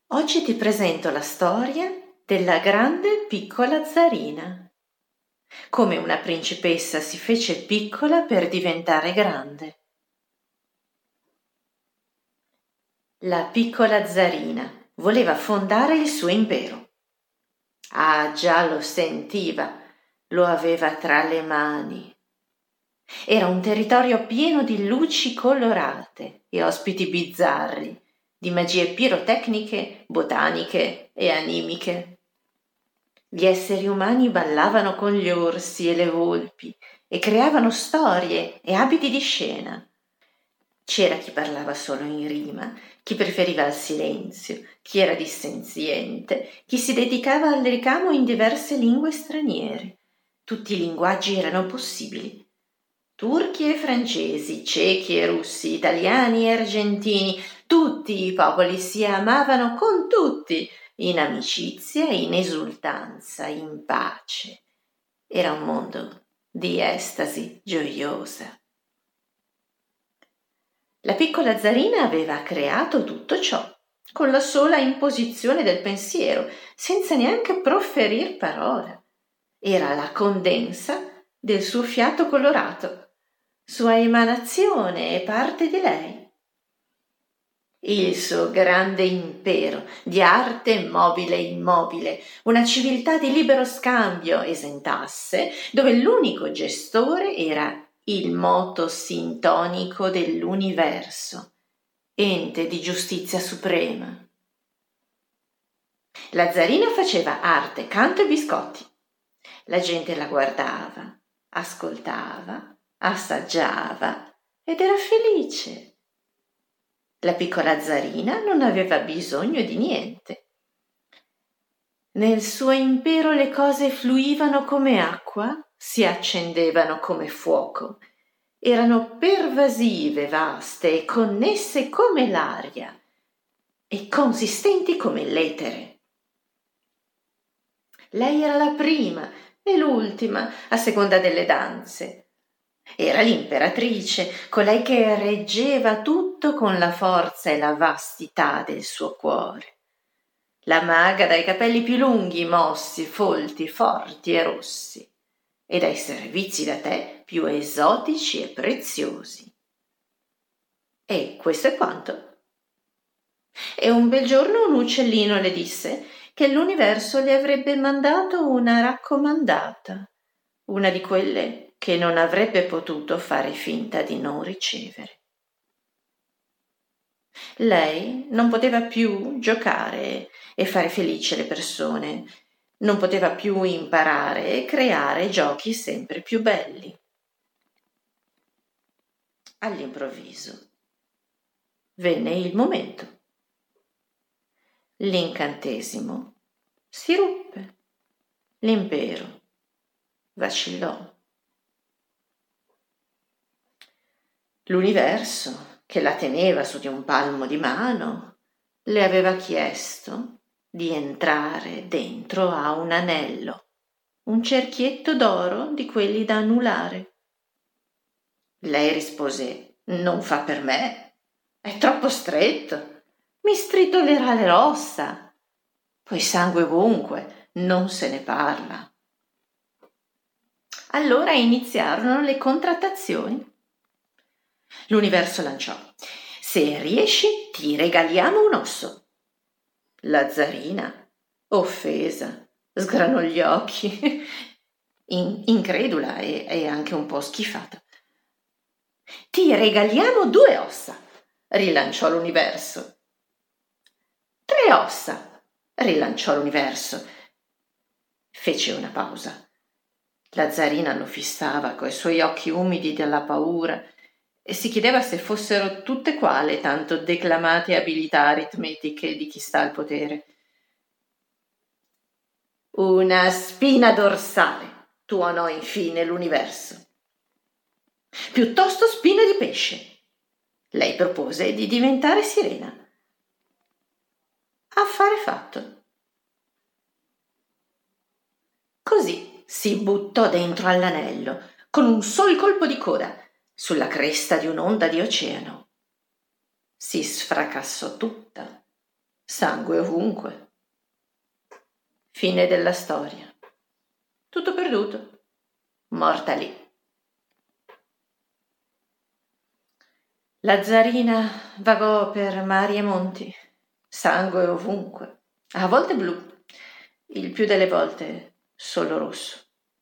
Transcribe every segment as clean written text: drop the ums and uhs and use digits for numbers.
Oggi ti presento la storia della grande piccola Zarina. Come una principessa si fece piccola per diventare grande. La piccola Zarina voleva fondare il suo impero. Ah, già lo sentiva, lo aveva tra le mani. Era un territorio pieno di luci colorate e ospiti bizzarri, di magie pirotecniche, botaniche e animiche. Gli esseri umani ballavano con gli orsi e le volpi e creavano storie e abiti di scena. C'era chi parlava solo in rima, chi preferiva il silenzio, chi era dissenziente, chi si dedicava al ricamo in diverse lingue straniere. Tutti i linguaggi erano possibili. Turchi e francesi, cechi e russi, italiani e argentini, tutti i popoli si amavano con tutti, in amicizia, in esultanza, in pace. Era un mondo di estasi gioiosa. La piccola Zarina aveva creato tutto ciò, con la sola imposizione del pensiero, senza neanche proferir parola. Era la condensa del suo fiato colorato, sua emanazione e parte di lei. Il suo grande impero di arte mobile e immobile, una civiltà di libero scambio esentasse, dove l'unico gestore era il moto sintonico dell'universo, ente di giustizia suprema. La Zarina faceva arte, canto e biscotti. La gente la guardava, ascoltava, assaggiava ed era felice. La piccola Zarina non aveva bisogno di niente. Nel suo impero le cose fluivano come acqua, si accendevano come fuoco, erano pervasive, vaste e connesse come l'aria e consistenti come l'etere. Lei era la prima e l'ultima, a seconda delle danze. Era l'imperatrice, colei che reggeva tutto con la forza e la vastità del suo cuore. La maga dai capelli più lunghi, mossi, folti, forti e rossi, e dai servizi da tè più esotici e preziosi. E questo è quanto. E un bel giorno un uccellino le disse che l'universo le avrebbe mandato una raccomandata, una di quelle che non avrebbe potuto fare finta di non ricevere. Lei non poteva più giocare e fare felici le persone, non poteva più imparare e creare giochi sempre più belli. All'improvviso venne il momento. L'incantesimo si ruppe, l'impero vacillò. L'universo, che la teneva su di un palmo di mano, le aveva chiesto di entrare dentro a un anello, un cerchietto d'oro di quelli da anulare. Lei rispose: «Non fa per me, è troppo stretto, mi stritolerà le ossa, poi sangue ovunque, non se ne parla». Allora iniziarono le contrattazioni. L'universo lanciò: «Se riesci, ti regaliamo un osso». La Zarina, offesa, sgranò gli occhi, incredula e anche un po' schifata. «Ti regaliamo 2 ossa», rilanciò l'universo. 3 ossa, rilanciò l'universo. Fece una pausa. La Zarina lo fissava coi suoi occhi umidi dalla paura e si chiedeva se fossero tutte qua le tanto declamate abilità aritmetiche di chi sta al potere. «Una spina dorsale», tuonò infine l'universo. «Piuttosto spina di pesce». Lei propose di diventare sirena. Affare fatto. Così si buttò dentro all'anello con un sol colpo di coda sulla cresta di un'onda di oceano. Si sfracassò tutta sangue ovunque. Fine della storia. Tutto perduto. Morta lì. La zarina vagò per mari e monti, sangue ovunque, a volte blu, il più delle volte solo rosso.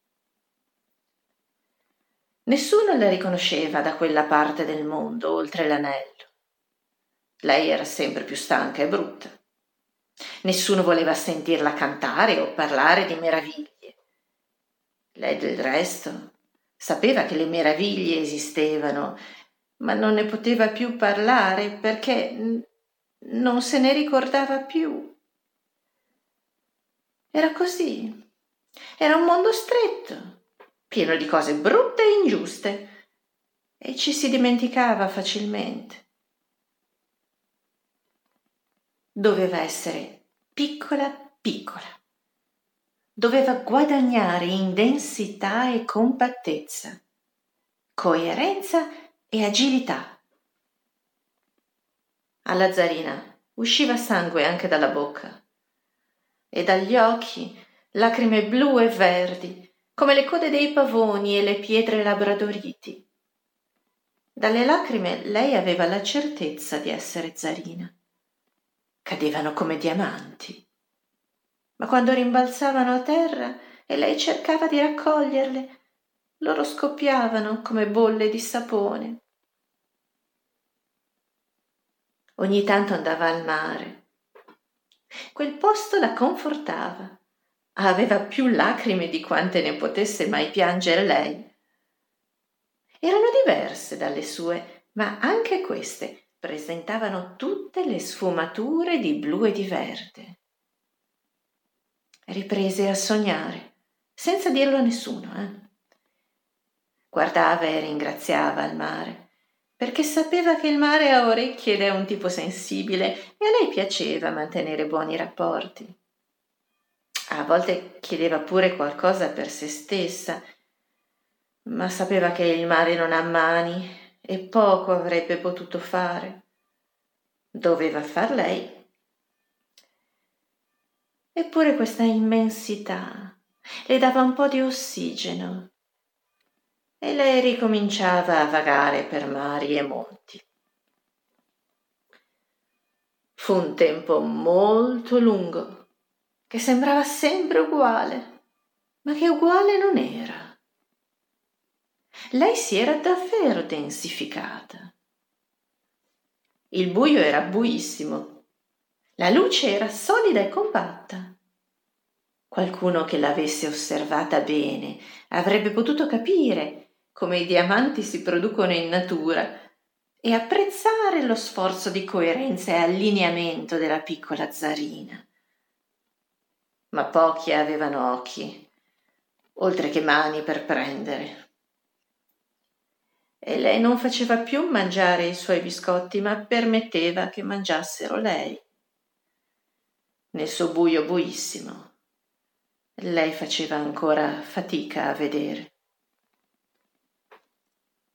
Nessuno la riconosceva da quella parte del mondo, oltre l'anello. Lei era sempre più stanca e brutta. Nessuno voleva sentirla cantare o parlare di meraviglie. Lei del resto sapeva che le meraviglie esistevano, ma non ne poteva più parlare perché non se ne ricordava più. Era così. Era un mondo stretto, pieno di cose brutte e ingiuste, e ci si dimenticava facilmente. Doveva essere piccola piccola. Doveva guadagnare in densità e compattezza, coerenza e agilità. Alla zarina usciva sangue anche dalla bocca e dagli occhi lacrime blu e verdi, come le code dei pavoni e le pietre labradoriti. Dalle lacrime lei aveva la certezza di essere zarina. Cadevano come diamanti. Ma quando rimbalzavano a terra e lei cercava di raccoglierle, loro scoppiavano come bolle di sapone. Ogni tanto andava al mare. Quel posto la confortava. Aveva più lacrime di quante ne potesse mai piangere lei. Erano diverse dalle sue, ma anche queste presentavano tutte le sfumature di blu e di verde. Riprese a sognare, senza dirlo a nessuno. Guardava e ringraziava il mare, perché sapeva che il mare ha orecchie ed è un tipo sensibile e a lei piaceva mantenere buoni rapporti. A volte chiedeva pure qualcosa per se stessa, ma sapeva che il mare non ha mani e poco avrebbe potuto fare. Doveva far lei. Eppure questa immensità le dava un po' di ossigeno e lei ricominciava a vagare per mari e monti. Fu un tempo molto lungo, che sembrava sempre uguale, ma che uguale non era. Lei si era davvero densificata. Il buio era buissimo, la luce era solida e compatta. Qualcuno che l'avesse osservata bene avrebbe potuto capire come i diamanti si producono in natura e apprezzare lo sforzo di coerenza e allineamento della piccola zarina. Ma pochi avevano occhi, oltre che mani per prendere. E lei non faceva più mangiare i suoi biscotti, ma permetteva che mangiassero lei. Nel suo buio buissimo, lei faceva ancora fatica a vedere.